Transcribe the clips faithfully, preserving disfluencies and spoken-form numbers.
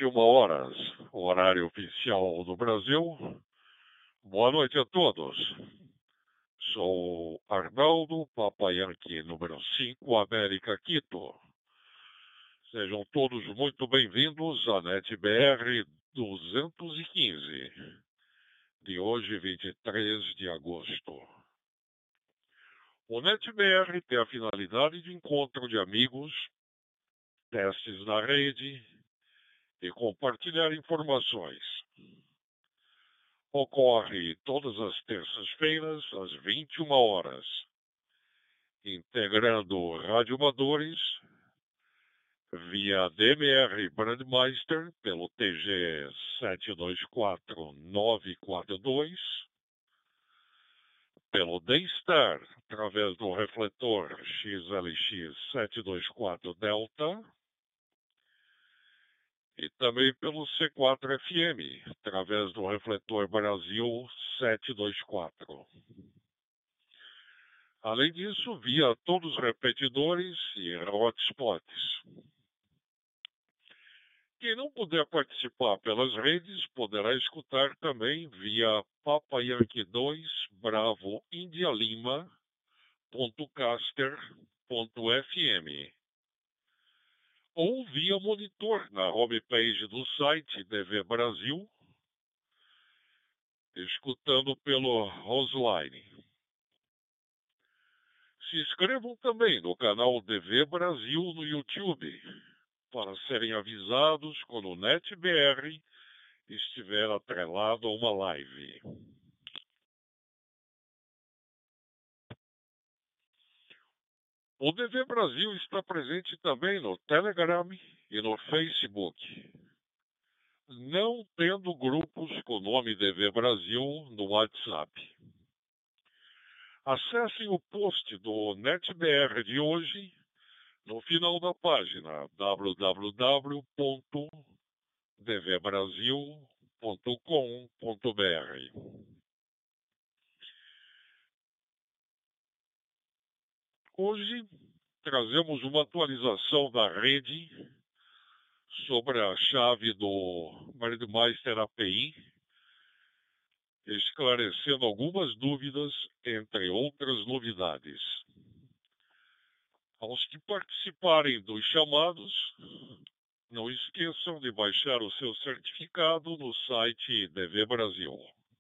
vinte e uma horas, horário oficial do Brasil. Boa noite a todos. Sou Arnaldo, Papa Yankee número cinco, América Quito. Sejam todos muito bem-vindos à NetBR duzentos e quinze, de hoje, vinte e três de agosto. O NetBR tem a finalidade de encontro de amigos, testes na rede e compartilhar informações. Ocorre todas as terças-feiras, às vinte e uma horas, integrando radioamadores via D M R Brandmeister pelo T G sete dois quatro nove quatro dois, pelo D-Star através do refletor X L X sete dois quatro Delta e também pelo C quatro F M através do refletor Brasil sete dois quatro. Além disso, via todos os repetidores e hotspots. Quem não puder participar pelas redes, poderá escutar também via Papa Yankee dois Bravo India Lima ponto caster ponto F M ou via monitor na homepage do site D V Brasil, escutando pelo Roseline. Se inscrevam também no canal D V Brasil no YouTube, para serem avisados quando o NetBR estiver atrelado a uma live. O D V Brasil está presente também no Telegram e no Facebook, não tendo grupos com o nome D V Brasil no WhatsApp. Acessem o post do NetBR de hoje no final da página w w w ponto d v brasil ponto com ponto b r. Hoje trazemos uma atualização da rede sobre a chave do Brandmeister A P I, esclarecendo algumas dúvidas, entre outras novidades. Aos que participarem dos chamados, não esqueçam de baixar o seu certificado no site D V Brasil.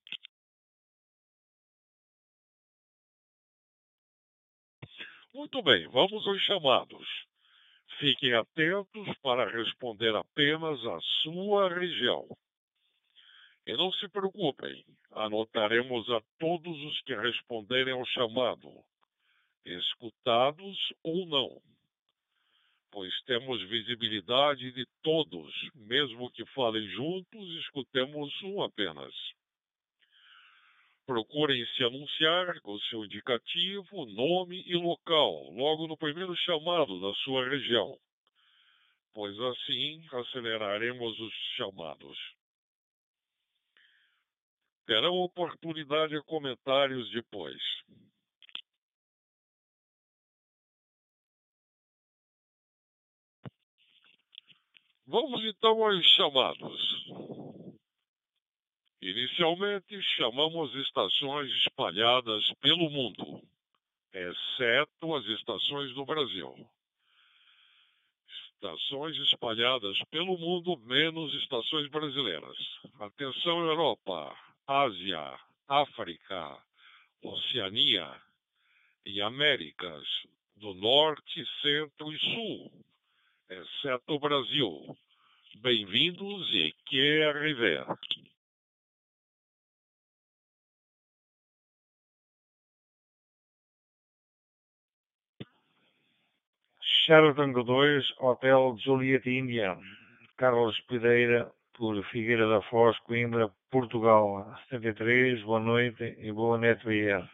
Muito bem, vamos aos chamados. Fiquem atentos para responder apenas a sua região. E não se preocupem, anotaremos a todos os que responderem ao chamado, escutados ou não, pois temos visibilidade de todos, mesmo que falem juntos, escutemos um apenas. Procurem se anunciar com seu indicativo, nome e local, logo no primeiro chamado da sua região, pois assim aceleraremos os chamados. Terão oportunidade a comentários depois. Vamos então aos chamados. Inicialmente, chamamos estações espalhadas pelo mundo, exceto as estações do Brasil. Estações espalhadas pelo mundo, menos estações brasileiras. Atenção, Europa, Ásia, África, Oceania e Américas do Norte, Centro e Sul, exceto o Brasil. Bem-vindos e que arriver. Sheraton dois, Hotel Juliet India, Carlos Pereira, por Figueira da Foz, Coimbra, Portugal, setenta e três, boa noite e boa NetBR.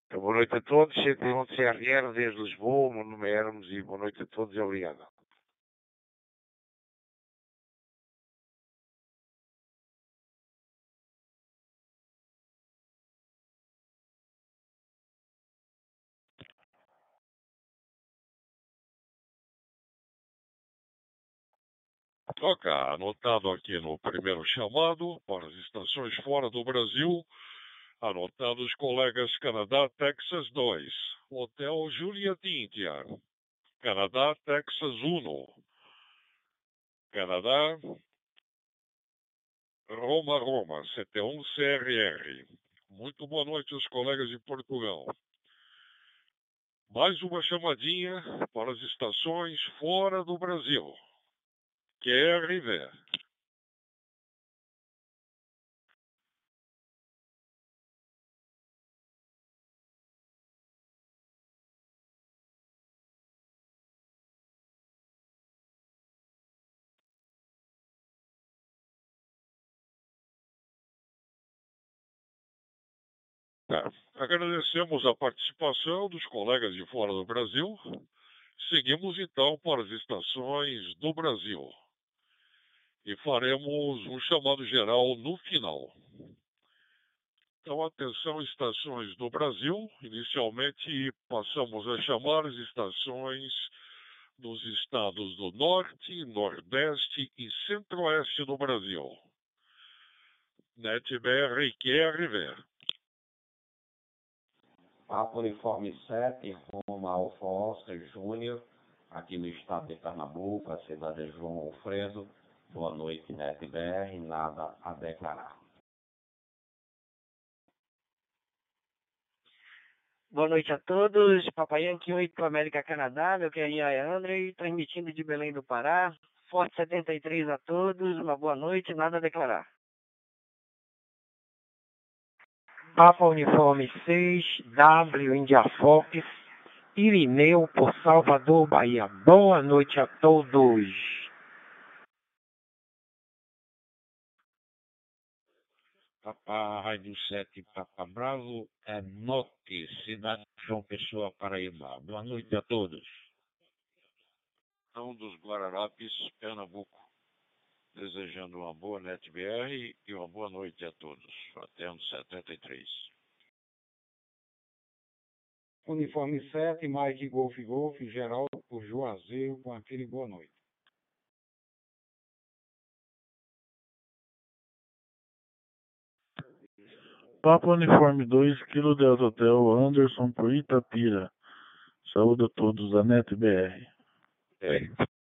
Então, boa noite a todos, cento e um de C R R desde Lisboa, meu nome é Hermes e boa noite a todos e obrigado. Ok, anotado aqui no primeiro chamado para as estações fora do Brasil, anotado os colegas Canadá, Texas dois, Hotel Juliet India, Canadá, Texas um, Canadá, Roma, Roma, C T um C R R. Muito boa noite aos colegas de Portugal. Mais uma chamadinha para as estações fora do Brasil. Q R V. É, agradecemos a participação dos colegas de fora do Brasil. Seguimos então para as estações do Brasil. E faremos um chamado geral no final. Então, atenção, estações do Brasil. Inicialmente, passamos a chamar as estações dos estados do Norte, Nordeste e Centro-Oeste do Brasil. NetBR e Q R V. Papa Uniforme sete, Roma Alfa Oscar Júnior, aqui no estado de Pernambuco, a cidade de João Alfredo. Boa noite, NetBR, nada a declarar. Boa noite a todos, Papai Yankee oito América Canadá, meu querido é André, transmitindo de Belém do Pará. Forte setenta e três a todos, uma boa noite, nada a declarar. Papa Uniforme seis, W India Fox, Irineu por Salvador, Bahia. Boa noite a todos. Papa Rádio sete, Papa Bravo, é Norte, cidade de João Pessoa, Paraíba. Boa noite a todos. Então, dos Guararapes, Pernambuco. Desejando uma boa NetBR e uma boa noite a todos. Até anos setenta e três. Uniforme sete, Mike Golf Golf, Geraldo por Juazeiro, com aquele boa noite. Papa Uniforme dois, Kilo Delta Hotel, Anderson por Itapira. Saúde a todos da NetBR. É.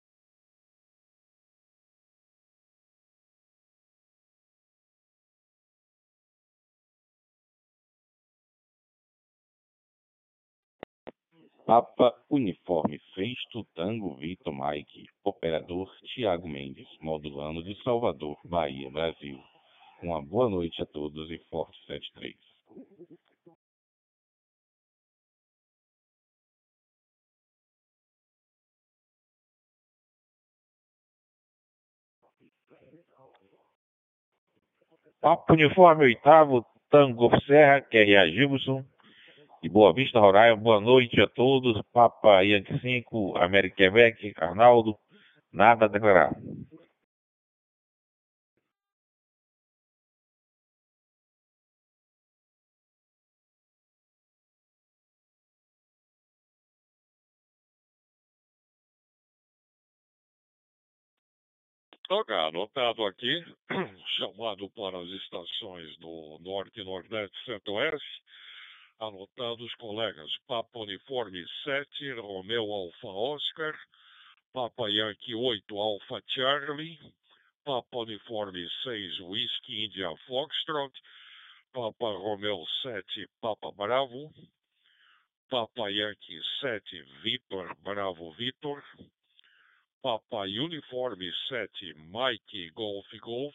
Papa Uniforme Sexto, Tango Vitor Mike, operador Tiago Mendes, modulando de Salvador, Bahia, Brasil. Uma boa noite a todos e forte setenta e três. Papa Uniforme oitavo, Tango Serra, Q R A Gilson, de Boa Vista, Roraima. Boa noite a todos. Papa Yankee cinco, América Quebec, Arnaldo, nada a declarar. Ok, anotado aqui, chamado para as estações do Norte, Nordeste, Centro-Oeste. Anotado os colegas Papa Uniforme sete, Romeu Alfa Oscar, Papa Yankee oito, Alfa Charlie, Papa Uniforme seis, Whisky India Foxtrot, Papa Romeu sete, Papa Bravo, Papa Yankee sete, Vitor Bravo Vitor, Papa Uniforme sete, Mike Golf Golf,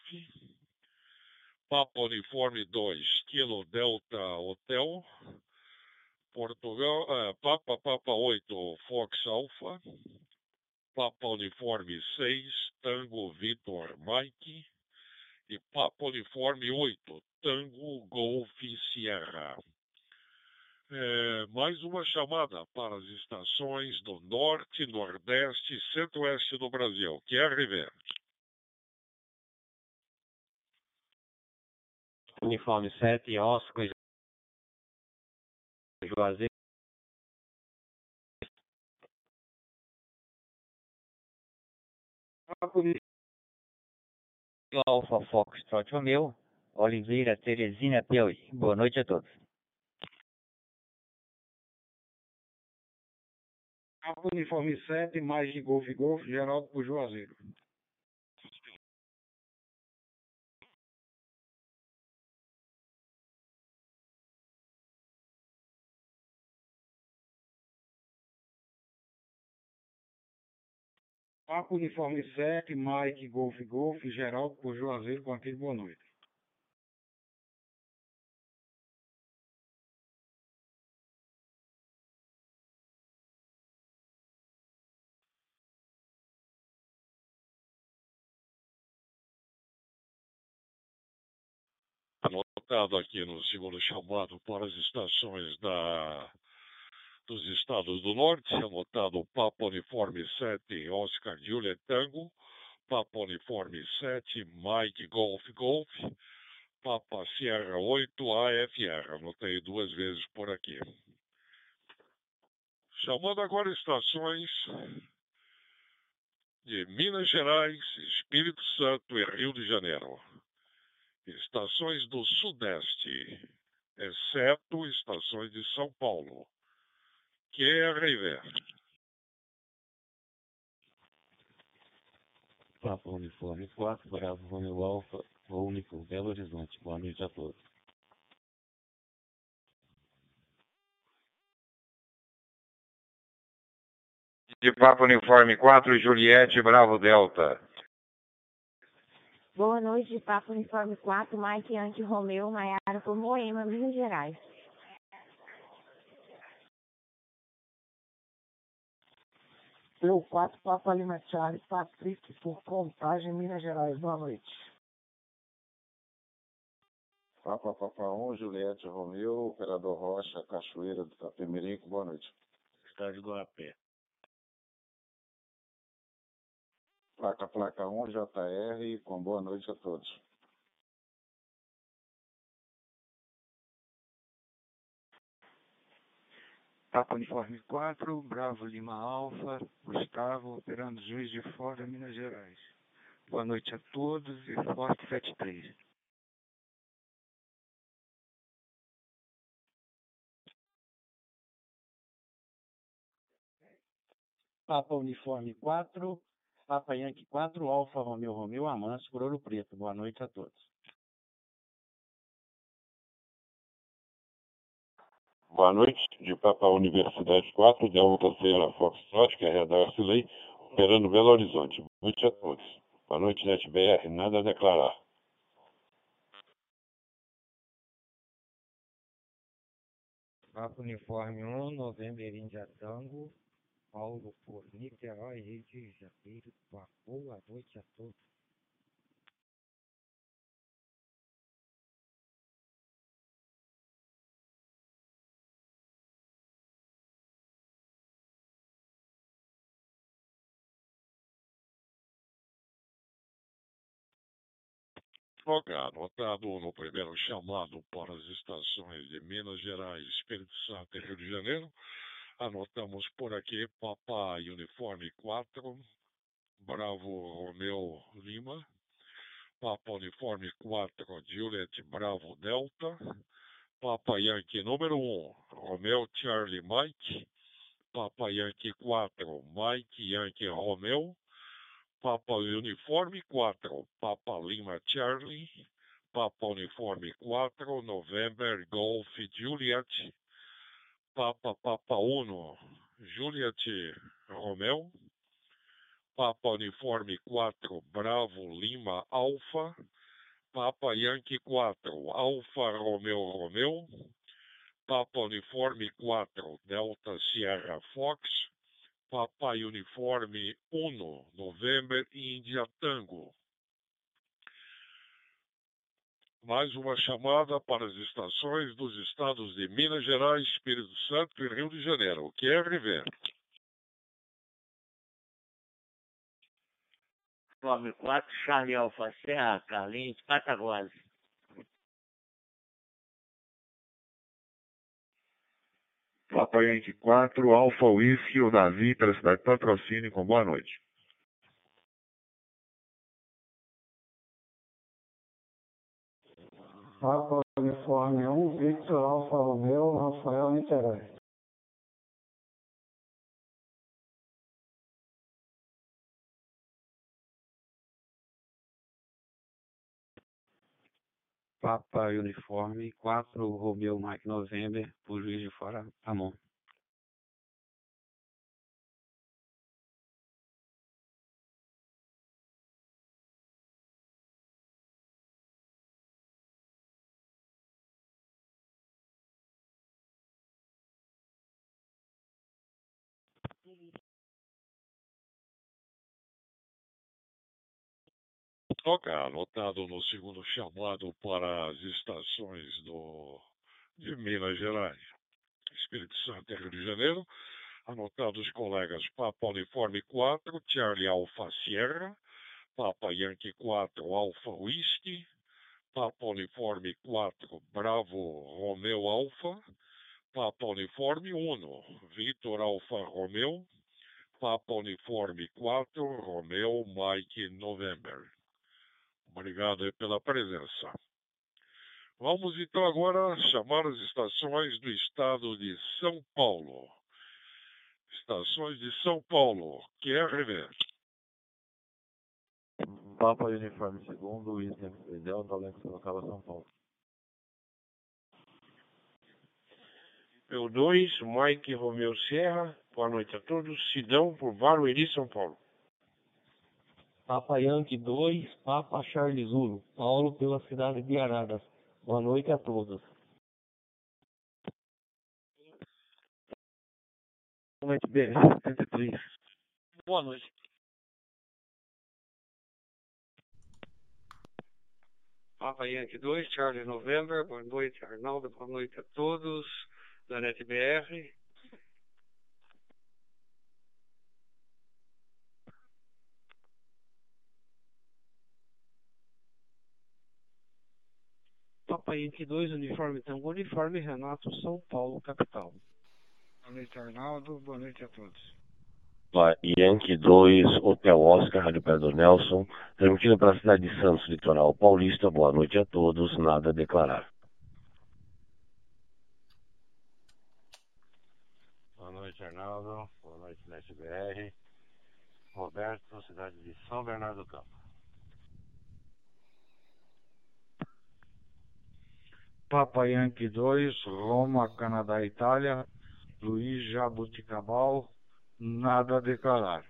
Papa Uniforme dois, Kilo Delta Hotel, Portugal, eh, Papa Papa oito, Fox Alpha, Papa Uniforme seis, Tango Vitor Mike e Papa Uniforme oito, Tango Golf Sierra. É, mais uma chamada para as estações do Norte, Nordeste e Centro-Oeste do Brasil. Q R V. Uniforme sete, Oscar, Juazeiro. Alfa Foxtrot Romeu, Oliveira, Teresina, Piauí. Boa noite a todos. Papa Uniforme sete, mais de Golf Golf, Geraldo por Juazeiro. Papa Uniforme sete, Mike Golf Golf, Geraldo por Juazeiro, com aquele boa noite. Anotado aqui no segundo chamado para as estações da, dos estados do Norte, anotado Papa Uniforme sete, Oscar Juliet Tango, Papa Uniforme sete, Mike Golf Golf, Papa Sierra oito, A F R. Anotei duas vezes por aqui. Chamando agora estações de Minas Gerais, Espírito Santo e Rio de Janeiro. Estações do Sudeste, exceto estações de São Paulo. Q R V. Papa Uniforme quatro, Bravo Romeu Alfa, Único, Belo Horizonte. Boa noite a todos. De Papa Uniforme quatro, Juliette, Bravo Delta. Boa noite, Papa Uniforme quatro, Mike Yankee Romeu, Maiara por Moema, Minas Gerais. Eu quatro, Papa Lima Charlie, Patrick por Contagem, Minas Gerais. Boa noite. Papa Papa um, Juliette Romeu, Operador Rocha, Cachoeira do Itapemirico. Boa noite. Estado de Guapé. Placa Placa um, J R, com boa noite a todos. Papa Uniforme quatro, Bravo Lima Alfa, Gustavo, operando Juiz de Fora, Minas Gerais. Boa noite a todos e Forte sete três. Papa Uniforme quatro, Papa Yankee quatro, Alfa Romeu Romeu, Amâncio por Ouro Preto. Boa noite a todos. Boa noite, de Papa Universidade quatro, Delta Sierra Foxtrot, que é Radar Silei, operando Belo Horizonte. Boa noite a todos. Boa noite, NetBR, nada a declarar. Papa Uniforme um, Novembro Índia Tango, Paulo por Niterói, Rio de Janeiro. Boa noite a todos. Ok, anotado no primeiro chamado para as estações de Minas Gerais, Espírito Santo e Rio de Janeiro. Anotamos por aqui Papa Uniforme quatro, Bravo Romeu Lima, Papa Uniforme quatro, Juliet Bravo Delta, Papa Yankee número um, Romeu Charlie Mike, Papa Yankee quatro, Mike Yankee Romeu, Papa Uniforme quatro, Papa Lima Charlie, Papa Uniforme quatro, November Golf Juliet, Papa Papa uno, Juliet Romeu, Papa Uniforme quatro, Bravo Lima Alfa, Papa Yankee quatro, Alfa Romeu Romeu, Papa Uniforme quatro, Delta Sierra Fox, Papa Uniforme um, November India Tango. Mais uma chamada para as estações dos estados de Minas Gerais, Espírito Santo e Rio de Janeiro. Q R V. Uniforme quatro, Charlie Alfa Serra, Carlinhos, Cataguases. Papa Yankee quatro, Alfa Whisky, o Davi, pela cidade de Patrocínio, com boa noite. Papa Uniforme um, Victor Alfa Romeo, Rafael Niterói. Papa Uniforme quatro, Romeu Mike November, por Juiz de Fora, Ramon. Ok, anotado no segundo chamado para as estações do, de Minas Gerais, Espírito Santo e Rio de Janeiro. Anotados os colegas Papa Uniforme quatro, Charlie Alfa Sierra, Papa Yankee quatro, Alfa Whisky, Papa Uniforme quatro, Bravo Romeo Alfa, Papa Uniforme um, Vitor Alfa Romeo, Papa Uniforme quatro, Romeo Mike November. Obrigado aí pela presença. Vamos então agora chamar as estações do estado de São Paulo. Estações de São Paulo, Q R V. Papa Uniforme segundo, William Delta, Alex Sorocaba, São Paulo. P dois, Mike Romeu Serra, boa noite a todos. Sidão, por Barueri, São Paulo. Papa Yankee dois, Papa Charlie Zulu, Paulo pela cidade de Araras. Boa noite a todos. Boa noite, B setenta e três. Boa noite. Papa Yankee dois, Charlie November, boa noite, Arnaldo, boa noite a todos da Net B R. Papa Yankee dois, Uniforme Tango, Uniforme Renato, São Paulo, capital. Boa noite, Arnaldo, boa noite a todos. Yankee dois, Hotel Oscar, Rádio Pedro Nelson, transmitindo para a cidade de Santos, litoral paulista. Boa noite a todos, nada a declarar. Boa noite, Arnaldo, boa noite, Net B R. Roberto, cidade de São Bernardo do Campo. Papa Yankee dois, Roma, Canadá, Itália, Luiz Jabuticabal, nada a declarar.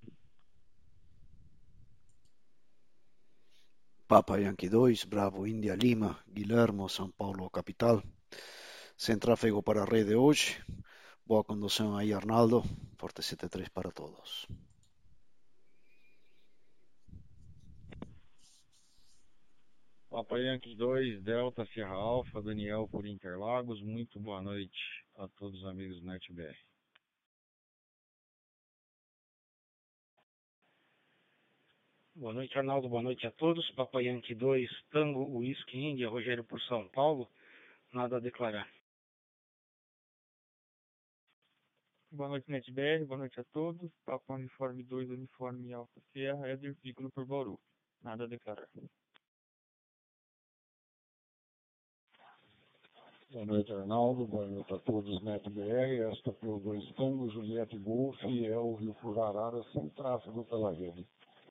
Papa Yankee dois, Bravo India Lima, Guilhermo, São Paulo, capital. Sem tráfego para a rede hoje. Boa condução aí, Arnaldo. Forte setenta e três para todos. Papa Yankee dois, Delta Sierra Alfa, Daniel por Interlagos. Muito boa noite a todos os amigos do Net B R. Boa noite, Arnaldo, boa noite a todos. Papa Yankee dois, Tango, Whisky, Índia, Rogério por São Paulo, nada a declarar. Boa noite, Net B R, boa noite a todos. Papa Uniforme dois, Uniforme Alfa Sierra, Éder Piccolo por Bauru, nada a declarar. Boa noite, Arnaldo. Boa noite a todos, Net B R. Esta P dois Tango, Juliette Golf, El Rio por Araras, sem tráfego pela rede.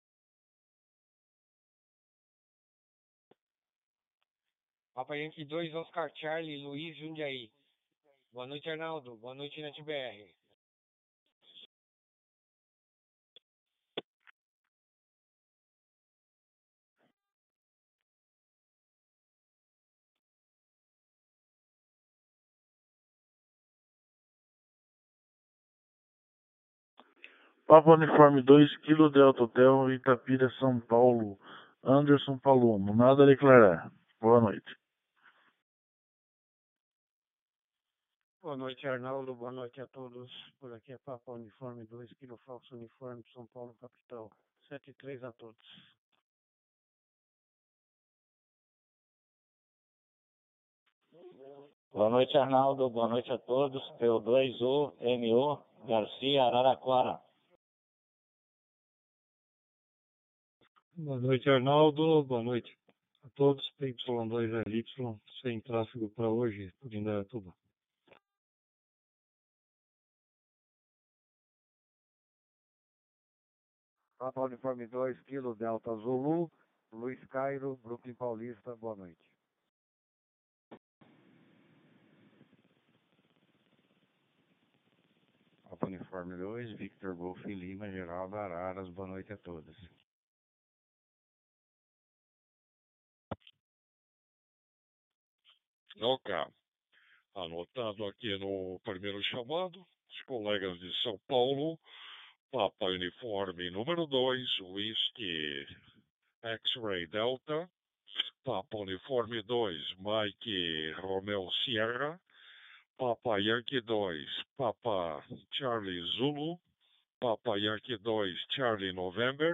Papa Yankee dois, Oscar Charlie, Luiz Jundiaí. Boa noite, Arnaldo. Boa noite, Net B R. Papa Uniforme dois, Kilo Delta Hotel, Itapira, São Paulo. Anderson Palomo, nada a declarar. Boa noite. Boa noite, Arnaldo. Boa noite a todos. Por aqui é Papa Uniforme dois, Kilo Falso Uniforme, São Paulo, capital. sete e três a todos. Boa noite, Arnaldo. Boa noite a todos. P O dois U M U Garcia, Araraquara. Boa noite, Arnaldo. Boa noite a todos. P Y dois L Y, sem tráfego para hoje, por Indaiatuba. Papa Uniforme dois, Kilo Delta Zulu, Luiz Cairo, Brooklyn Paulista, boa noite. Papa Uniforme dois, Victor Golf Lima, Geraldo Araras, boa noite a todos. Ok. Anotado aqui no primeiro chamado, os colegas de São Paulo, Papa Uniforme número dois, Whisky X-Ray Delta, Papa Uniforme dois, Mike Romeo Sierra, Papa Yankee dois, Papa Charlie Zulu, Papa Yankee dois, Charlie November,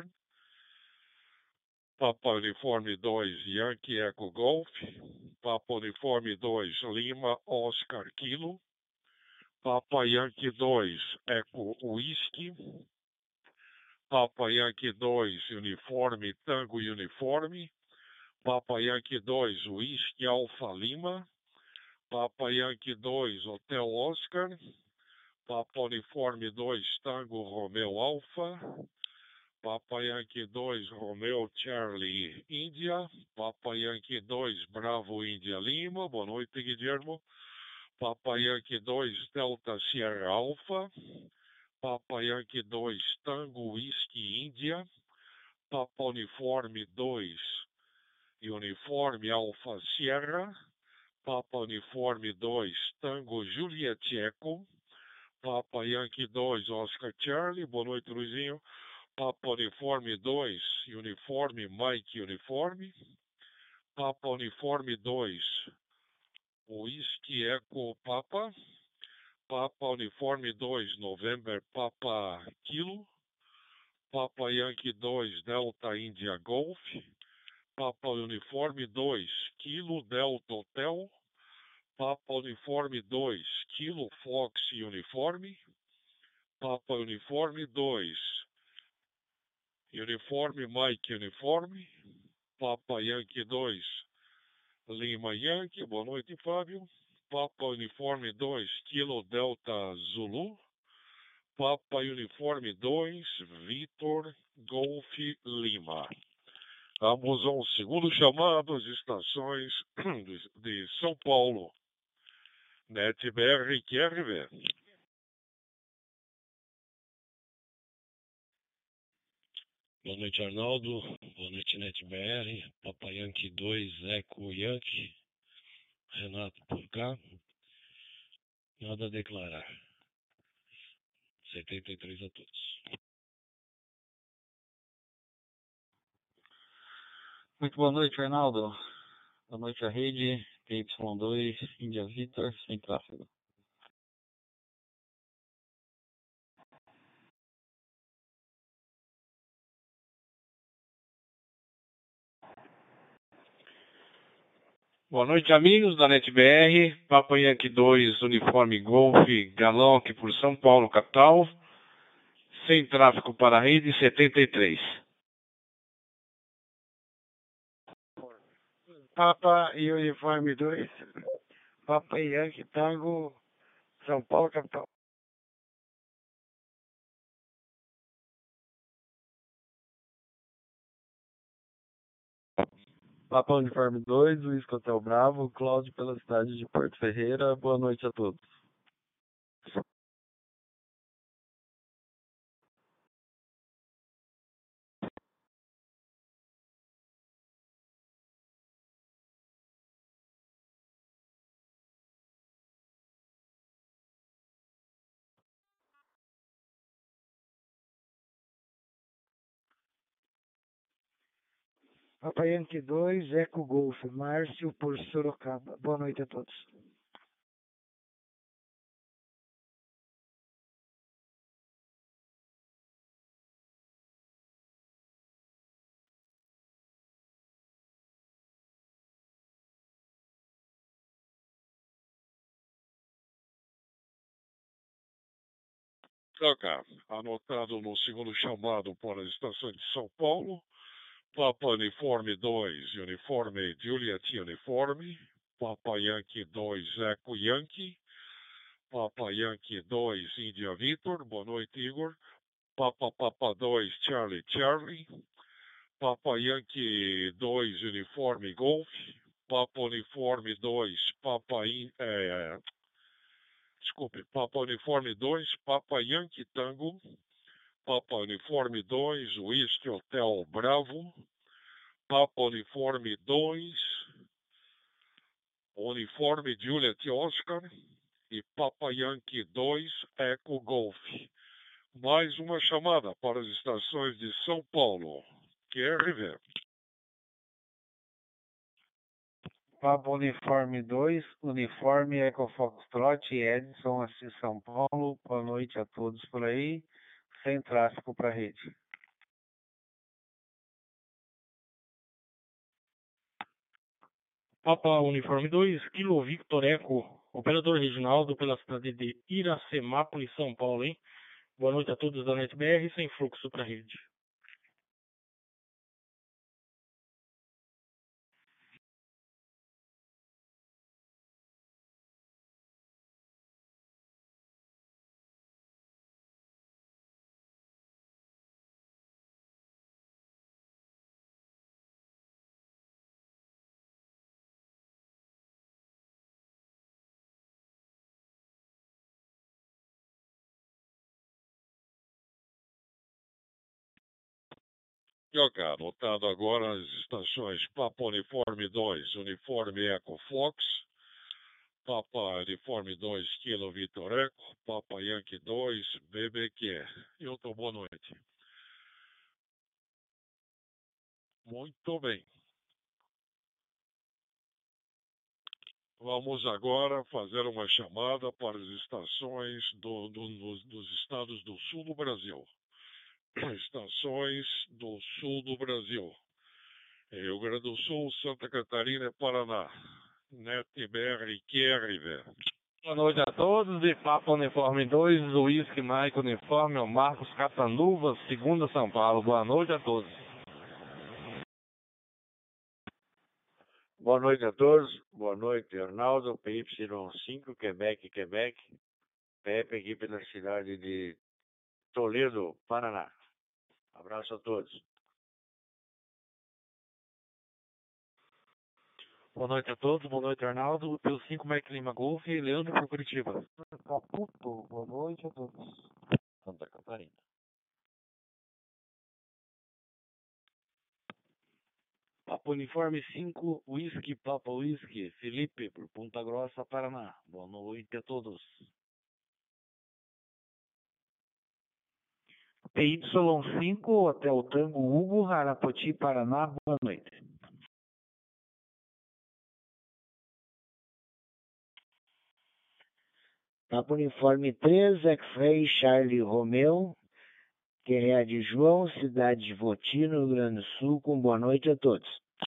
Papa Uniforme dois, Yankee Echo Golf, Papa Uniforme dois, Lima Oscar Kilo, Papa Yankee dois, Echo Whisky, Papa Yankee dois, Uniforme Tango Uniforme, Papa Yankee dois, Whisky Alfa Lima, Papa Yankee dois, Hotel Oscar, Papa Uniforme dois, Tango Romeo Alfa, Papa Yankee dois, Romeo Charlie India, Papa Yankee dois, Bravo India Lima, boa noite, Guilhermo, Papa Yankee dois, Delta Sierra Alfa, Papa Yankee dois, Tango Whisky India, Papa Uniforme dois, Uniforme Alfa Sierra, Papa Uniforme dois, Tango Juliet Echo, Papa Yankee dois, Oscar Charlie, boa noite, Luizinho, Papa Uniforme dois, Uniforme Mike Uniforme, Papa Uniforme dois, Whisky Echo Papa, Papa Uniforme dois, November Papa Kilo, Papa Yankee dois, Delta India Golf, Papa Uniforme dois, Kilo Delta Hotel, Papa Uniforme dois, Kilo Fox Uniforme, Papa Uniforme dois, Uniforme Mike Uniforme, Papa Yankee dois, Lima Yankee, boa noite, Fábio, Papa Uniforme dois, Kilo Delta Zulu, Papa Uniforme dois, Vitor Golf Lima. Vamos ao segundo chamado, as estações de, de São Paulo. NetBR Q R V. Boa noite, Arnaldo. Boa noite, NetBR. Papa Yankee dois, Eco Yankee. Renato por cá. Nada a declarar. setenta e três a todos. Muito boa noite, Arnaldo. Boa noite à rede, P Y dois, Índia Vitor, sem tráfego. Boa noite, amigos da NetBR, Papa Yankee dois, Uniforme Golf, Galão aqui por São Paulo, capital, sem tráfego para a rede, setenta e três. Papa e Uniforme dois, Papa Yankee Tango, São Paulo, capital. Papa Uniforme dois, Luiz Hotel Bravo, Cláudio pela cidade de Porto Ferreira, boa noite a todos. Papa Yankee dois, Eco Golf, Márcio por Sorocaba. Boa noite a todos. Ok, anotado no segundo chamado para as estações de São Paulo, Papa Uniforme dois, Uniforme Juliet Uniforme, Papa Yankee dois, Eco Yankee, Papa Yankee dois, Índia Vitor, boa noite Igor, Papa Papa dois, Charlie Charlie, Papa Yankee dois, Uniforme Golf, Papa Uniforme dois, Papa In, é, desculpe, Papa Uniforme dois, Papa Yankee Tango, Papa Uniforme dois, Whisky Hotel Bravo, Papa Uniforme dois, Uniforme Juliet Oscar e Papa Yankee dois, Eco Golf. Mais uma chamada para as estações de São Paulo. Q R V. Papa Uniforme dois, Uniforme Eco Foxtrot e Edson, assim São Paulo. Boa noite a todos por aí. Sem tráfego para a rede. Papa Uniforme dois, Kilo Victor Eco, operador Reginaldo pela cidade de Iracemápolis, São Paulo, hein? Boa noite a todos da NetBR, sem fluxo para a rede. Ok, anotado agora as estações Papa Uniforme dois, Uniforme Eco Fox, Papa Uniforme dois, Kilo Vitor Eco, Papa Yankee dois, B B Q. Hilton, boa noite. Muito bem. Vamos agora fazer uma chamada para as estações do, do, dos, dos estados do sul do Brasil. Estações do sul do Brasil. Rio Grande do Sul, Santa Catarina e Paraná. NetBR Q R V. Boa noite a todos, de Papa Uniforme dois, Whisky Mike Uniforme, o Marcos Catanduva, segunda São Paulo. Boa noite a todos. Boa noite a todos, boa noite Arnaldo, P Y cinco, Quebec, Quebec, Pepe aqui pela cidade de Toledo, Paraná. Abraço a todos. Boa noite a todos, boa noite Arnaldo, pelo cinco Mike Lima Golf e Leandro por Curitiba. Caputo, boa noite a todos. Santa Catarina. Papa Uniforme cinco, Whisky, Papa Whisky, Felipe por Ponta Grossa, Paraná. Boa noite a todos. P Y cinco, Hotel Tango Hugo, Arapoti, Paraná. Boa noite. Papa Uniforme três, X-Ray Charlie Romeu, Q R A de João, cidade de Voti, no Rio Grande do Sul, com boa noite a todos.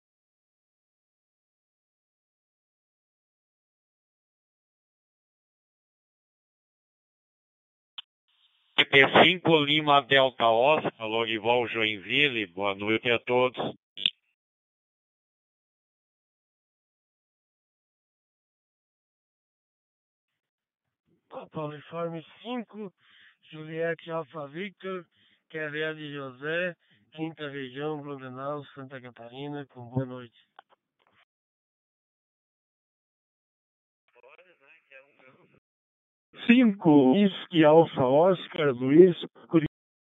P T cinco, Lima Delta Oscar, Lorival Joinville, boa noite a todos. Papa Uniforme cinco, Juliette Alfa Victor, Q R A de José, quinta região, Blumenau, Santa Catarina, com boa noite. cinco, Whisky Alfa Oscar, Luiz, Curitiba.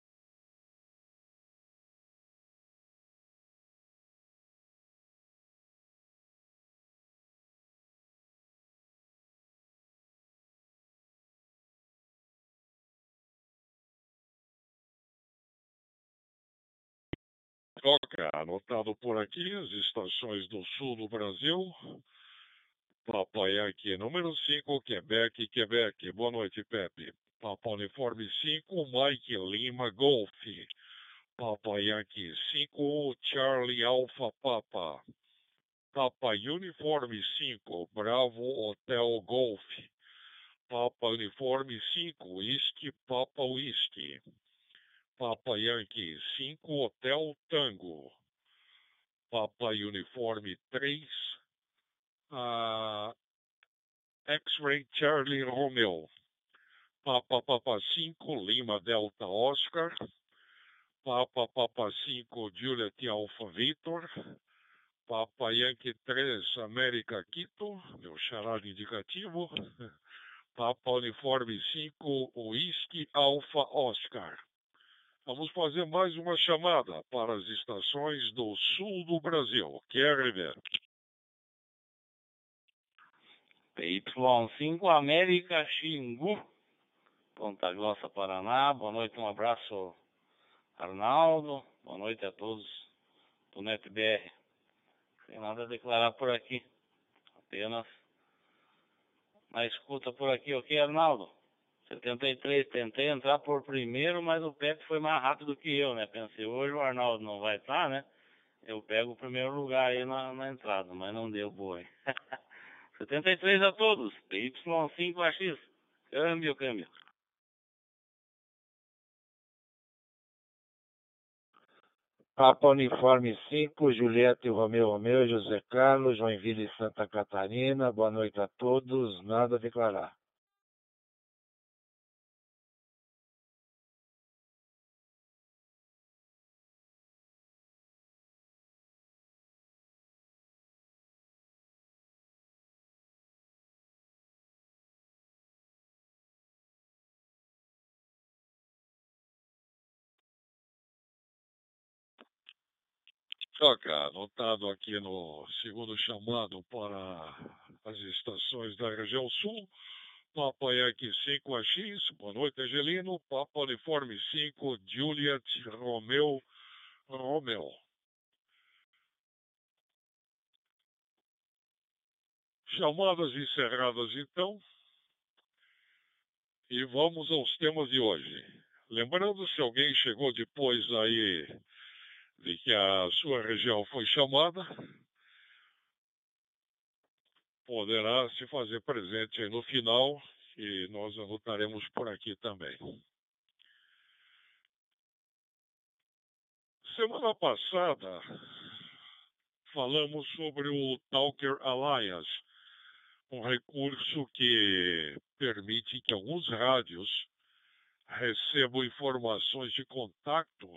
Ok, anotado por aqui as estações do sul do Brasil. Papa Yankee número cinco, Quebec, Quebec. Boa noite, Pepe. Papa Uniforme cinco, Mike Lima Golf. Papa Yankee cinco, Charlie Alpha Papa. Papa Uniforme cinco, Bravo Hotel Golf. Papa Uniforme cinco, Whisky, Papa Whisky. Papa Yankee cinco, Hotel Tango. Papa Uniforme três, uh, X-Ray Charlie Romeo. Papa Papa cinco, Lima Delta Oscar. Papa Papa cinco, Juliet Alpha Victor. Papa Yankee três, América Quito, meu charado indicativo. Papa Uniforme cinco, Whisky Alpha Oscar. Vamos fazer mais uma chamada para as estações do sul do Brasil. Quer ver? P Y cinco, América Xingu, Ponta Grossa, Paraná. Boa noite, um abraço, Arnaldo. Boa noite a todos do NetBR. Sem nada a declarar por aqui, apenas na escuta por aqui, ok, Arnaldo? setenta e três, tentei entrar por primeiro, mas o Pepe foi mais rápido que eu, né? Pensei, hoje o Arnaldo não vai estar, né? Eu pego o primeiro lugar aí na, na entrada, mas não deu boa. setenta e três a todos, P Y cinco A X, câmbio, câmbio. Papa Uniforme cinco, Juliette Romeu Romeu, José Carlos, Joinville, Santa Catarina. Boa noite a todos, nada a declarar. Ok, anotado aqui no segundo chamado para as estações da região sul. Papa Yankee cinco A X, boa noite, Angelino. Papa Uniforme cinco, Juliet Romeu Romeu. Chamadas encerradas, então. E vamos aos temas de hoje. Lembrando, se alguém chegou depois aí de que a sua região foi chamada, poderá se fazer presente aí no final e nós anotaremos por aqui também. Semana passada falamos sobre o Talker Alliance, um recurso que permite que alguns rádios recebam informações de contato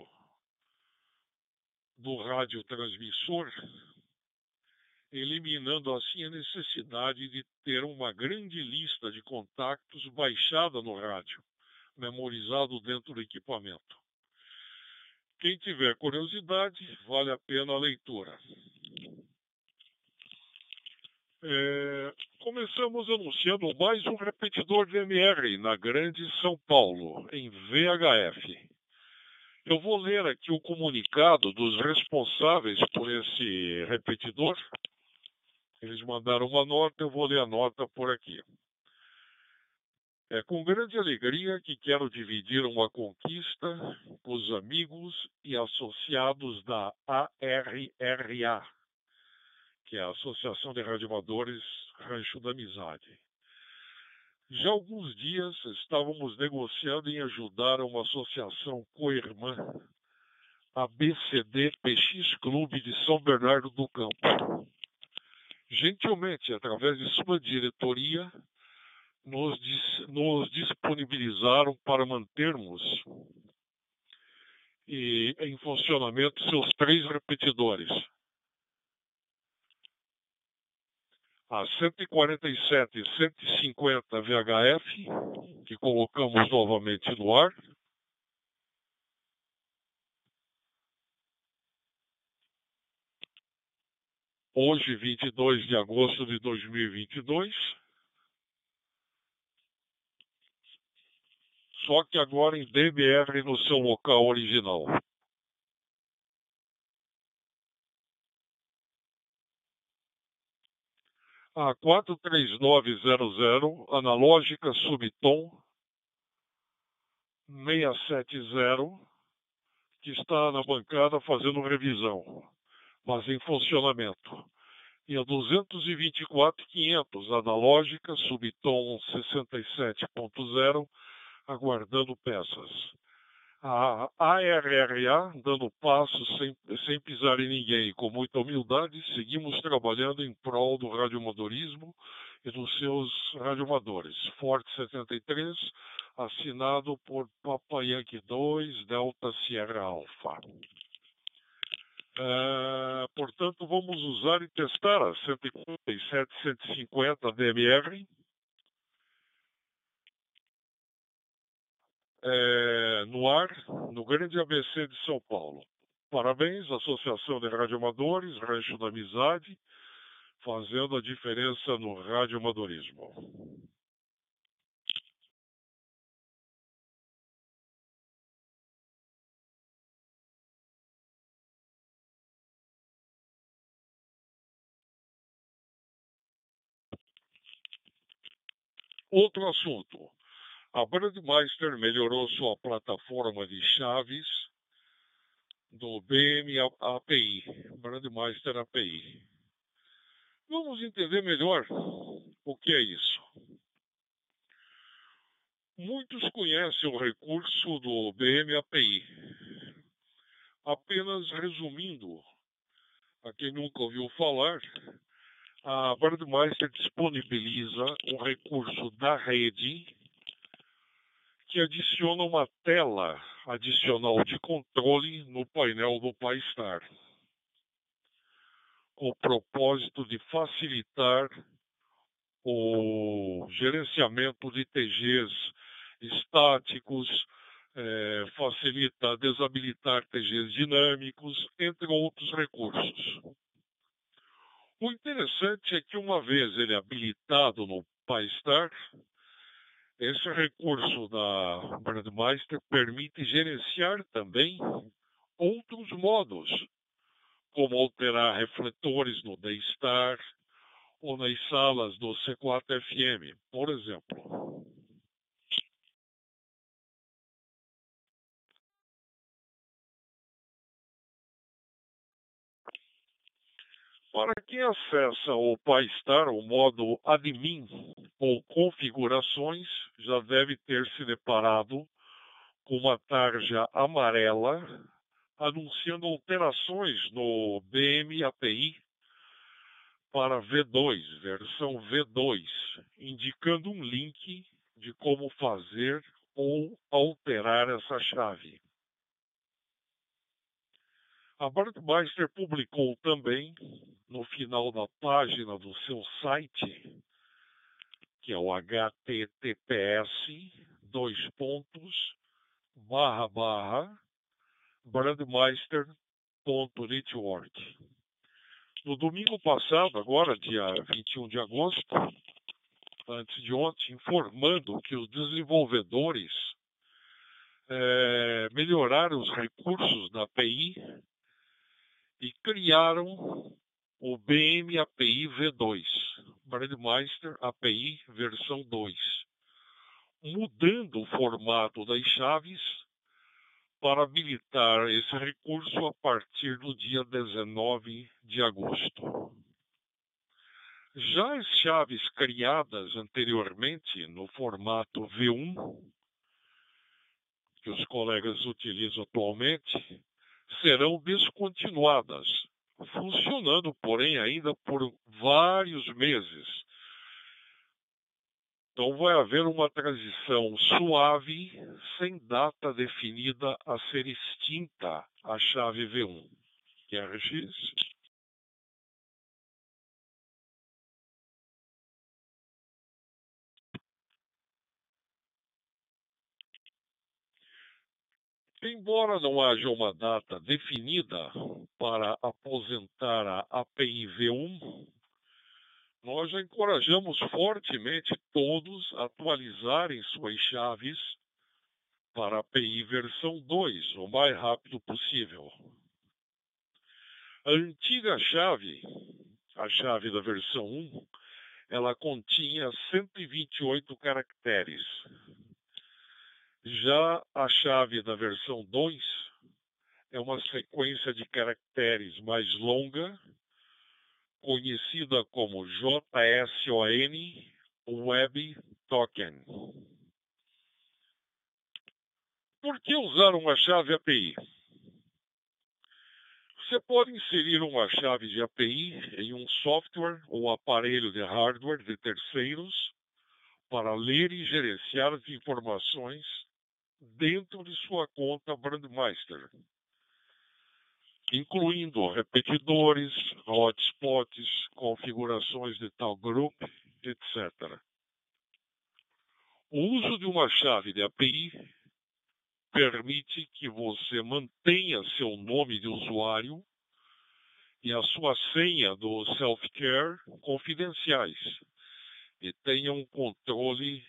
do radiotransmissor, eliminando assim a necessidade de ter uma grande lista de contactos baixada no rádio, memorizado dentro do equipamento. Quem tiver curiosidade, vale a pena a leitura. É, começamos anunciando mais um repetidor de M R na Grande São Paulo, em V H F. Eu vou ler aqui o comunicado dos responsáveis por esse repetidor. Eles mandaram uma nota, eu vou ler a nota por aqui. É com grande alegria que quero dividir uma conquista com os amigos e associados da A R R A, que é a Associação de Radioamadores Rancho da Amizade. Já há alguns dias estávamos negociando em ajudar uma associação co-irmã, a B C D P X Clube de São Bernardo do Campo. Gentilmente, através de sua diretoria, nos, dis nos disponibilizaram para mantermos e, em funcionamento seus três repetidores. A cento e quarenta e sete e cento e cinquenta V H F, que colocamos novamente no ar. Hoje, vinte e dois de agosto de dois mil e vinte e dois. Só que agora em D B R no seu local original. A quatro três nove zero zero, analógica subtom seiscentos e setenta, que está na bancada fazendo revisão, mas em funcionamento. e a duzentos e vinte e quatro mil e quinhentos analógica, subtom sessenta e sete ponto zero, aguardando peças. A A R R A dando passos sem, sem pisar em ninguém, com muita humildade, seguimos trabalhando em prol do radioamadorismo e dos seus radioamadores. Forte setenta e três, assinado por Papa Yankee dois, Delta Sierra Alpha. Uh, portanto, vamos usar e testar a cento e quarenta e sete cento e cinquenta D M R. É, no ar, no grande A B C de São Paulo. Parabéns, Associação de Radioamadores, Rancho da Amizade, fazendo a diferença no radioamadorismo. Outro assunto. A Brandmeister melhorou sua plataforma de chaves do B M A P I, Brandmeister A P I. Vamos entender melhor o que é isso. Muitos conhecem o recurso do B M A P I. Apenas resumindo, a quem nunca ouviu falar, a Brandmeister disponibiliza um recurso da rede que adiciona uma tela adicional de controle no painel do Pi-Star, com o propósito de facilitar o gerenciamento de T Gs estáticos, é, facilita desabilitar T Gs dinâmicos, entre outros recursos. O interessante é que uma vez ele habilitado no Pi-Star, esse recurso da Brandmeister permite gerenciar também outros modos, como alterar refletores no D-Star ou nas salas do C quatro F M, por exemplo. Para quem acessa o Pi-Star, o modo admin ou configurações, já deve ter se deparado com uma tarja amarela anunciando alterações no B M A P I para V dois, versão V dois, indicando um link de como fazer ou alterar essa chave. A Brandmeister publicou também, no final da página do seu site, que é o H T T P S, dois pontos, barra, barra, brandmeister ponto network. No domingo passado, agora, dia vinte e um de agosto, antes de ontem, informando que os desenvolvedores é, melhoraram os recursos da A P I e criaram o B M A P I V dois, Brandmeister A P I versão dois, mudando o formato das chaves para habilitar esse recurso a partir do dia dezenove de agosto. Já as chaves criadas anteriormente no formato V um, que os colegas utilizam atualmente, serão descontinuadas, funcionando, porém, ainda por vários meses. Então vai haver uma transição suave, sem data definida a ser extinta a chave V um. Q R X. Embora não haja uma data definida para aposentar a A P I V um, nós encorajamos fortemente todos a atualizarem suas chaves para a A P I versão dois, o mais rápido possível. A antiga chave, a chave da versão um, ela continha cento e vinte e oito caracteres. Já a chave da versão dois é uma sequência de caracteres mais longa, conhecida como J S O N Web Token. Por que usar uma chave A P I? Você pode inserir uma chave de A P I em um software ou aparelho de hardware de terceiros para ler e gerenciar as informações dentro de sua conta Brandmeister, incluindo repetidores, hotspots, configurações de tal grupo, etcétera. O uso de uma chave de A P I permite que você mantenha seu nome de usuário e a sua senha do self-care confidenciais e tenha um controle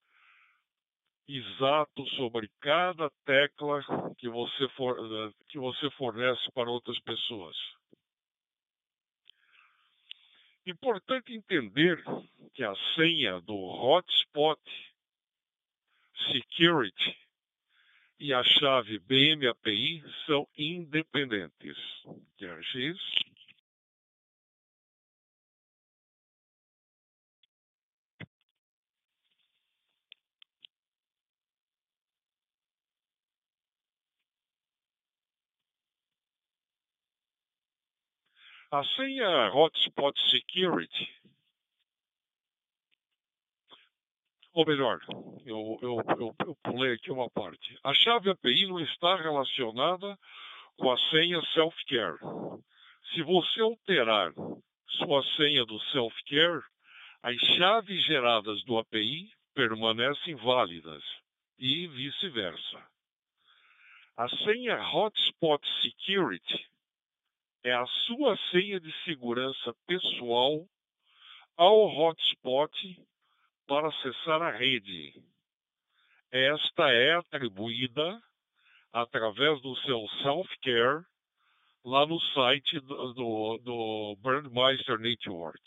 exato sobre cada tecla que você, for, que você fornece para outras pessoas. Importante entender que a senha do Hotspot Security e a chave B M A P I são independentes. Quer X? A senha Hotspot Security, ou melhor, eu, eu, eu, eu pulei aqui uma parte. A chave A P I não está relacionada com a senha Self-Care. Se você alterar sua senha do Self-Care, as chaves geradas do A P I permanecem válidas e vice-versa. A senha Hotspot Security é a sua senha de segurança pessoal ao hotspot para acessar a rede. Esta é atribuída através do seu self-care lá no site do, do, do Brandmeister Network.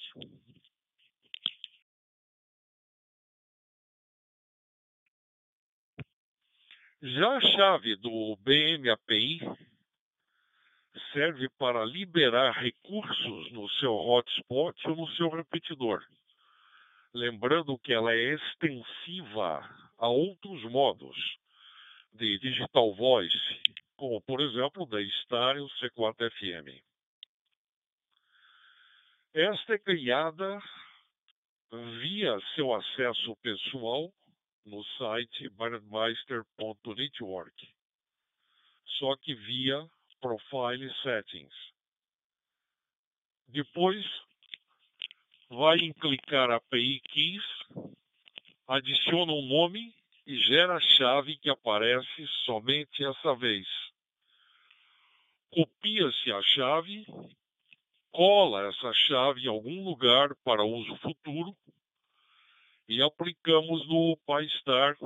Já a chave do B M A P I serve para liberar recursos no seu hotspot ou no seu repetidor. Lembrando que ela é extensiva a outros modos de digital voice, como por exemplo da Stereo C quatro F M. Esta é criada via seu acesso pessoal no site brandmeister ponto network, só que via Profile Settings. Depois, vai em clicar A P I Keys, adiciona um nome e gera a chave que aparece somente essa vez. Copia-se a chave, cola essa chave em algum lugar para uso futuro e aplicamos no PyStar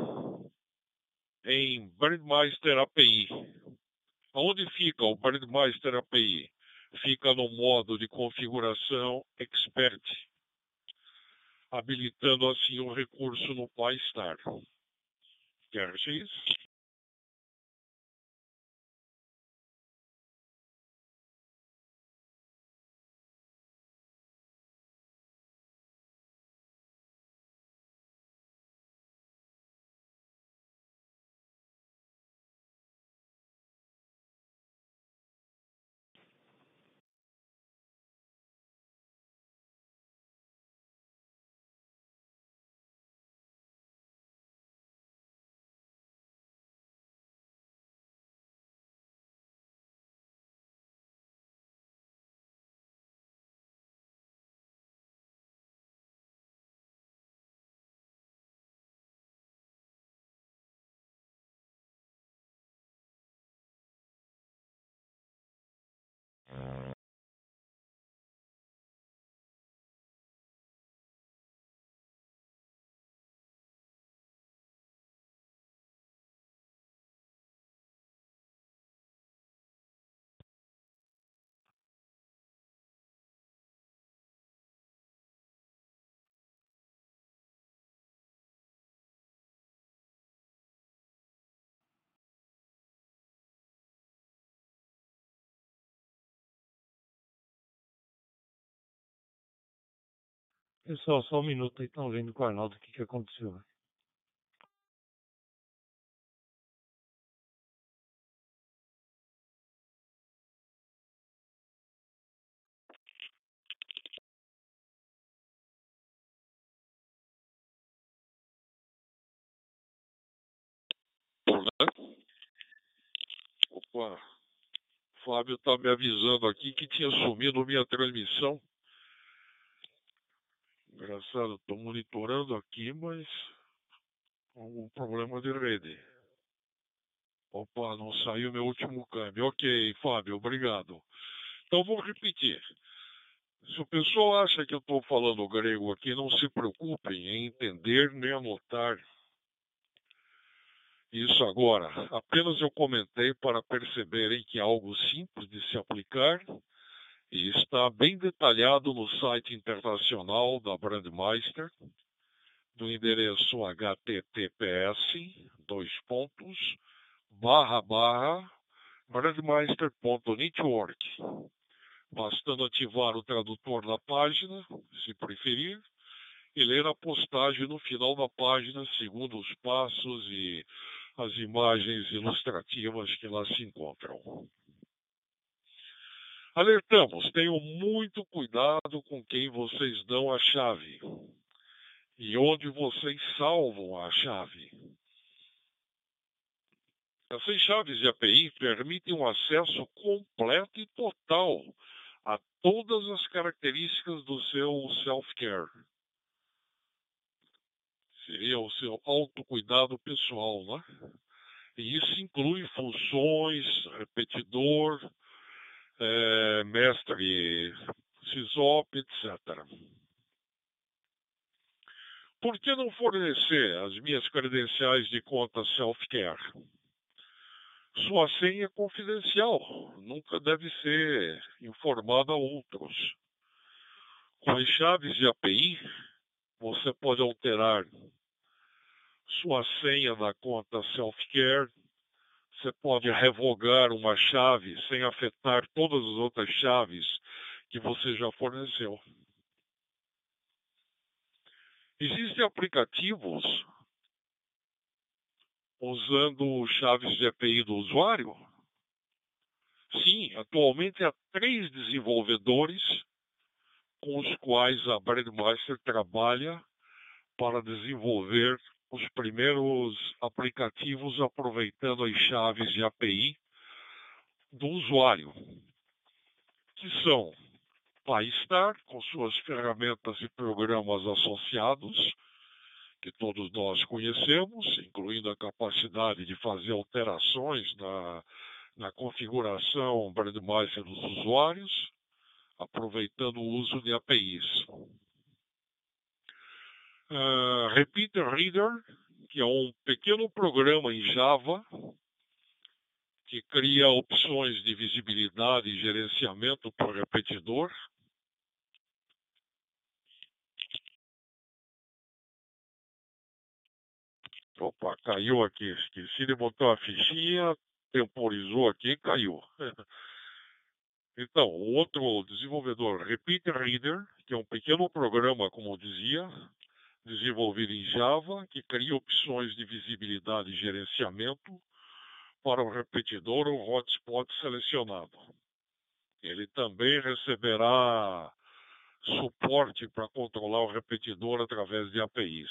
em Brandmeister A P I. Onde fica o Brandmeister A P I? Fica no modo de configuração Expert, habilitando assim o recurso no PyStar. Quer X? Pessoal, só um minuto aí, estão vendo com o Arnaldo o que, que aconteceu. Opa, Fábio está me avisando aqui que tinha sumido minha transmissão. Engraçado, estou monitorando aqui, mas algum problema de rede. Opa, não saiu meu último câmbio. Ok, Fábio, obrigado. Então vou repetir. Se o pessoal acha que eu estou falando grego aqui, não se preocupem em entender nem anotar isso agora. Apenas eu comentei para perceberem que é algo simples de se aplicar e está bem detalhado no site internacional da Brandmeister, do endereço https dois pontos barra barra brandmeister ponto network. Bastando ativar o tradutor da página, se preferir, e ler a postagem no final da página, segundo os passos e as imagens ilustrativas que lá se encontram. Alertamos, tenham muito cuidado com quem vocês dão a chave e onde vocês salvam a chave. Essas chaves de A P I permitem um acesso completo e total a todas as características do seu self-care. Seria o seu autocuidado pessoal, né? E isso inclui funções, repetidor, é, mestre sysop, etcétera. Por que não fornecer as minhas credenciais de conta self-care? Sua senha é confidencial, nunca deve ser informada a outros. Com as chaves de A P I, você pode alterar sua senha da conta self-care, você pode revogar uma chave sem afetar todas as outras chaves que você já forneceu. Existem aplicativos usando chaves de A P I do usuário? Sim, atualmente há três desenvolvedores com os quais a Brandmeister trabalha para desenvolver os primeiros aplicativos aproveitando as chaves de A P I do usuário, que são PyStar, com suas ferramentas e programas associados, que todos nós conhecemos, incluindo a capacidade de fazer alterações na, na configuração Brandmeister dos usuários, aproveitando o uso de A P Is. Uh, Repeater Reader, que é um pequeno programa em Java que cria opções de visibilidade e gerenciamento por repetidor. Opa, caiu aqui. Esqueci de botar a fichinha, temporizou aqui e caiu. Então, o outro desenvolvedor, Repeater Reader, que é um pequeno programa, como eu dizia, desenvolvido em Java, que cria opções de visibilidade e gerenciamento para o repetidor ou hotspot selecionado. Ele também receberá suporte para controlar o repetidor através de A P Is.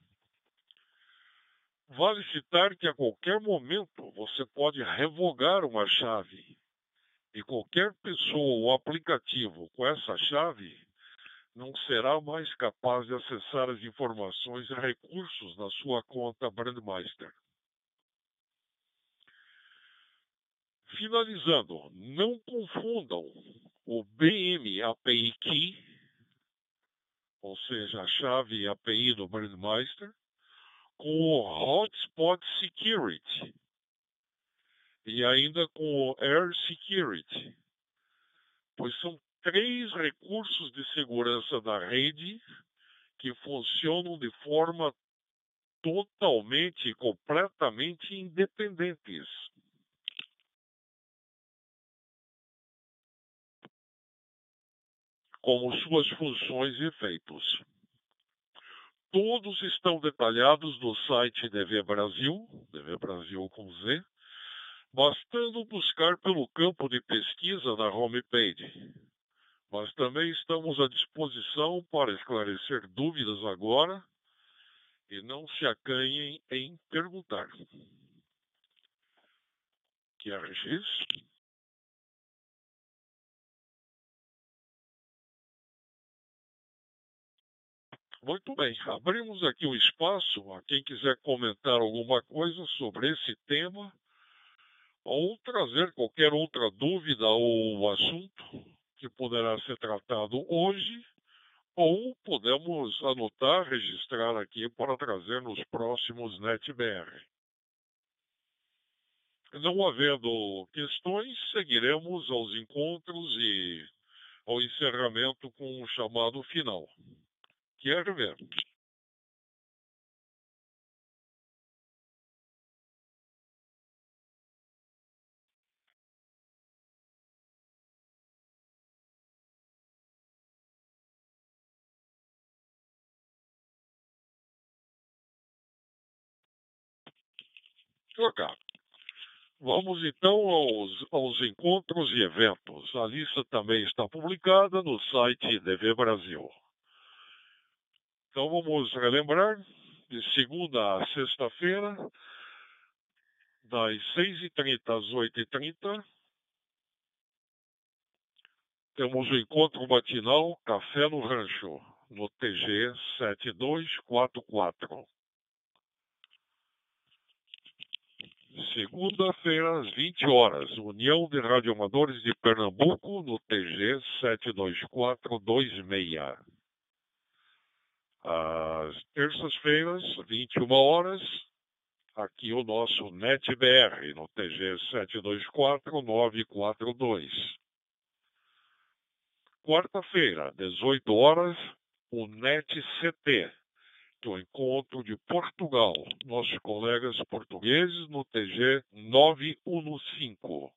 Vale citar que a qualquer momento você pode revogar uma chave e qualquer pessoa ou aplicativo com essa chave não será mais capaz de acessar as informações e recursos na sua conta Brandmeister. Finalizando, não confundam o B M A P I Key, ou seja, a chave A P I do Brandmeister, com o Hotspot Security e ainda com o Air Security, pois são três recursos de segurança da rede que funcionam de forma totalmente e completamente independentes. Como suas funções e efeitos. Todos estão detalhados no site D V Brasil, D V Brasil com Z, bastando buscar pelo campo de pesquisa na homepage. Mas também estamos à disposição para esclarecer dúvidas agora e não se acanhem em perguntar. Q R X. Muito bem, abrimos aqui um espaço a quem quiser comentar alguma coisa sobre esse tema ou trazer qualquer outra dúvida ou assunto que poderá ser tratado hoje, ou podemos anotar, registrar aqui para trazer nos próximos NetBR. Não havendo questões, seguiremos aos encontros e ao encerramento com um chamado final. Quero ver. Trocar. Vamos então aos, aos encontros e eventos. A lista também está publicada no site D V Brasil. Então vamos relembrar, de segunda a sexta-feira, das seis e trinta às oito e trinta, temos o encontro matinal Café no Rancho, no T G sete dois quatro quatro. Segunda-feira, às vinte horas, União de Radioamadores de Pernambuco, no T G sete dois quatro dois seis. Às terças-feiras, vinte e uma horas, aqui o nosso NetBR, no T G sete dois quatro nove quatro dois. Quarta-feira, dezoito horas, o NetCT, que é o encontro de Portugal, nossos colegas portugueses no T G nove um cinco.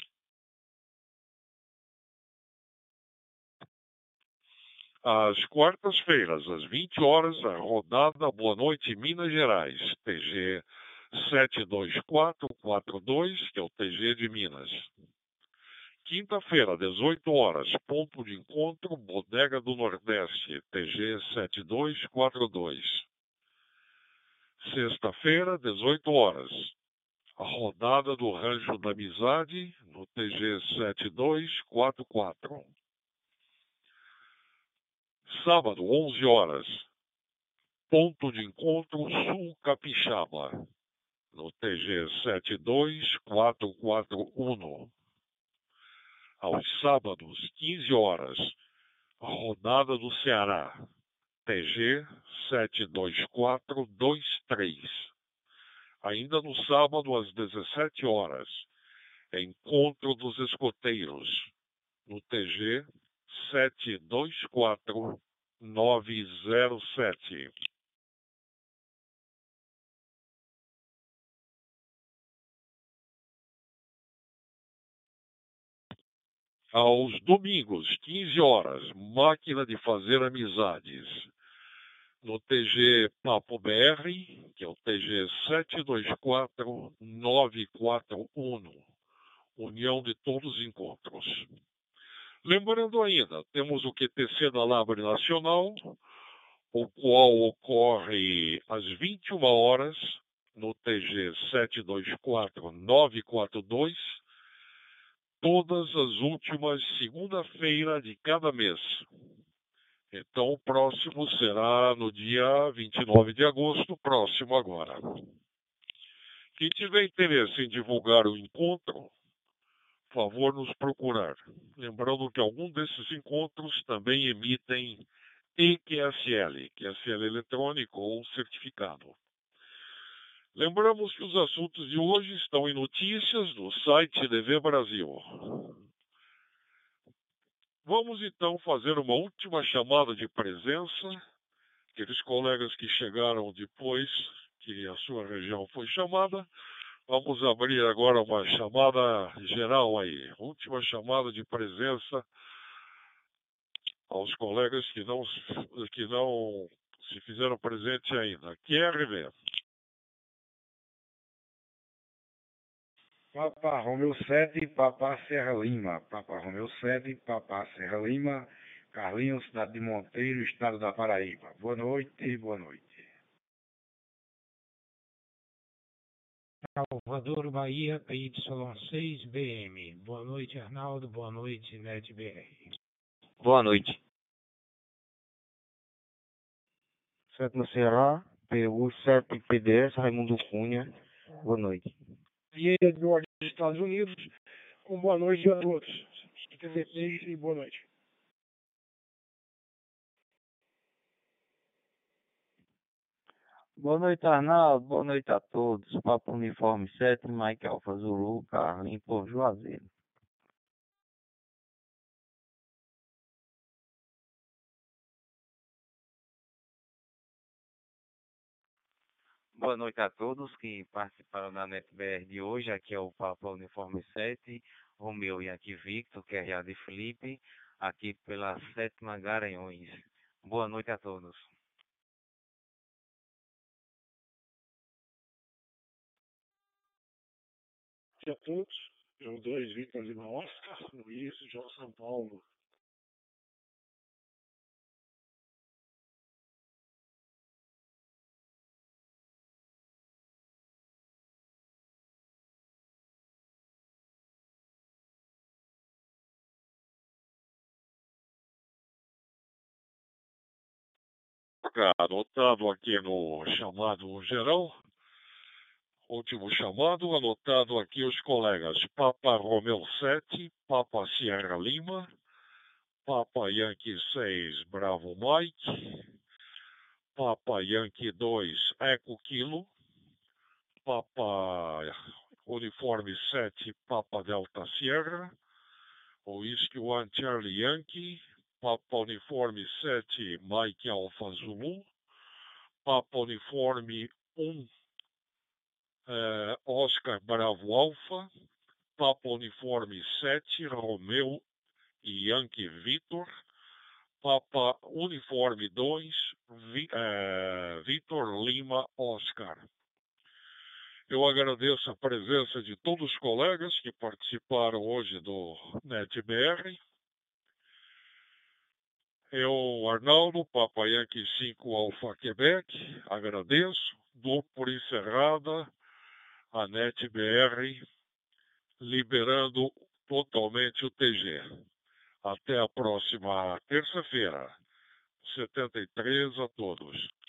Às quartas-feiras, às vinte horas, a rodada Boa Noite Minas Gerais, T G sete dois quatro quatro dois, que é o T G de Minas. Quinta-feira, dezoito horas, ponto de encontro Bodega do Nordeste, T G sete dois quatro dois. Sexta-feira, dezoito horas, a rodada do Rancho da Amizade, no T G sete dois quatro quatro. Sábado, onze horas, ponto de encontro Sul Capixaba, no T G sete dois quatro quatro um. Aos sábados, quinze horas, a rodada do Ceará, T G sete dois quatro dois três. Ainda no sábado, às dezessete horas, encontro dos escoteiros, no T G sete dois quatro nove zero sete. Aos domingos, quinze horas, máquina de fazer amizades, no T G Papo B R, que é o T G sete dois quatro nove quatro um, união de todos os encontros. Lembrando ainda, temos o Q T C da Labre Nacional, o qual ocorre às vinte e uma horas, no T G sete dois quatro nove quatro dois, todas as últimas segunda-feira de cada mês. Então, o próximo será no dia vinte e nove de agosto, próximo agora. Quem tiver interesse em divulgar o encontro, por favor, nos procurar. Lembrando que algum desses encontros também emitem E Q S L, Q S L eletrônico ou certificado. Lembramos que os assuntos de hoje estão em notícias no site D V Brasil. Vamos então fazer uma última chamada de presença. Aqueles colegas que chegaram depois que a sua região foi chamada, vamos abrir agora uma chamada geral aí. Última chamada de presença aos colegas que não, que não se fizeram presente ainda. Q R V. Papa Romeu sete, Papa Serra Lima. Papa Romeu sete, Papa Serra Lima. Carlinhos, cidade de Monteiro, estado da Paraíba. Boa noite, boa noite. Salvador, Bahia, P Y seis B M. Boa noite, Arnaldo. Boa noite, N E T B R. Boa noite. sete no Ceará, P U sete P D S, Raimundo Cunha. Boa noite. E Edward dos Estados Unidos, com boa noite a todos. E boa noite. Boa noite, Arnaldo. Boa noite a todos. Papo Uniforme sete, Mike Alfa Zulu, Carlinhos, por Juazeiro. Boa noite a todos que participaram da N E T B R de hoje. Aqui é o Papa Uniforme sete, Romeu e aqui Victor, Q R A de Felipe, aqui pela sétima Garanhões. Boa noite a todos. Boa noite a todos. Eu dois Victor Lima Oscar, Luiz, João São Paulo. Anotado aqui no chamado geral, último chamado, anotado aqui os colegas Papa Romeu sete, Papa Sierra Lima, Papa Yankee seis, Bravo Mike, Papa Yankee dois, Eco Kilo, Papa Uniforme sete, Papa Delta Sierra, Whisky one Charlie Yankee, Papa Uniforme sete, Mike Alfa Zulu, Papa Uniforme um, eh, Oscar Bravo Alfa, Papa Uniforme sete, Romeu e Yankee Vitor, Papa Uniforme dois, Vi, eh, Vitor Lima Oscar. Eu agradeço a presença de todos os colegas que participaram hoje do N E T B R. Eu, Arnaldo, Papa Yankee cinco Alfa Quebec, agradeço, dou por encerrada a N E T B R, liberando totalmente o T G. Até a próxima terça-feira. setenta e três a todos.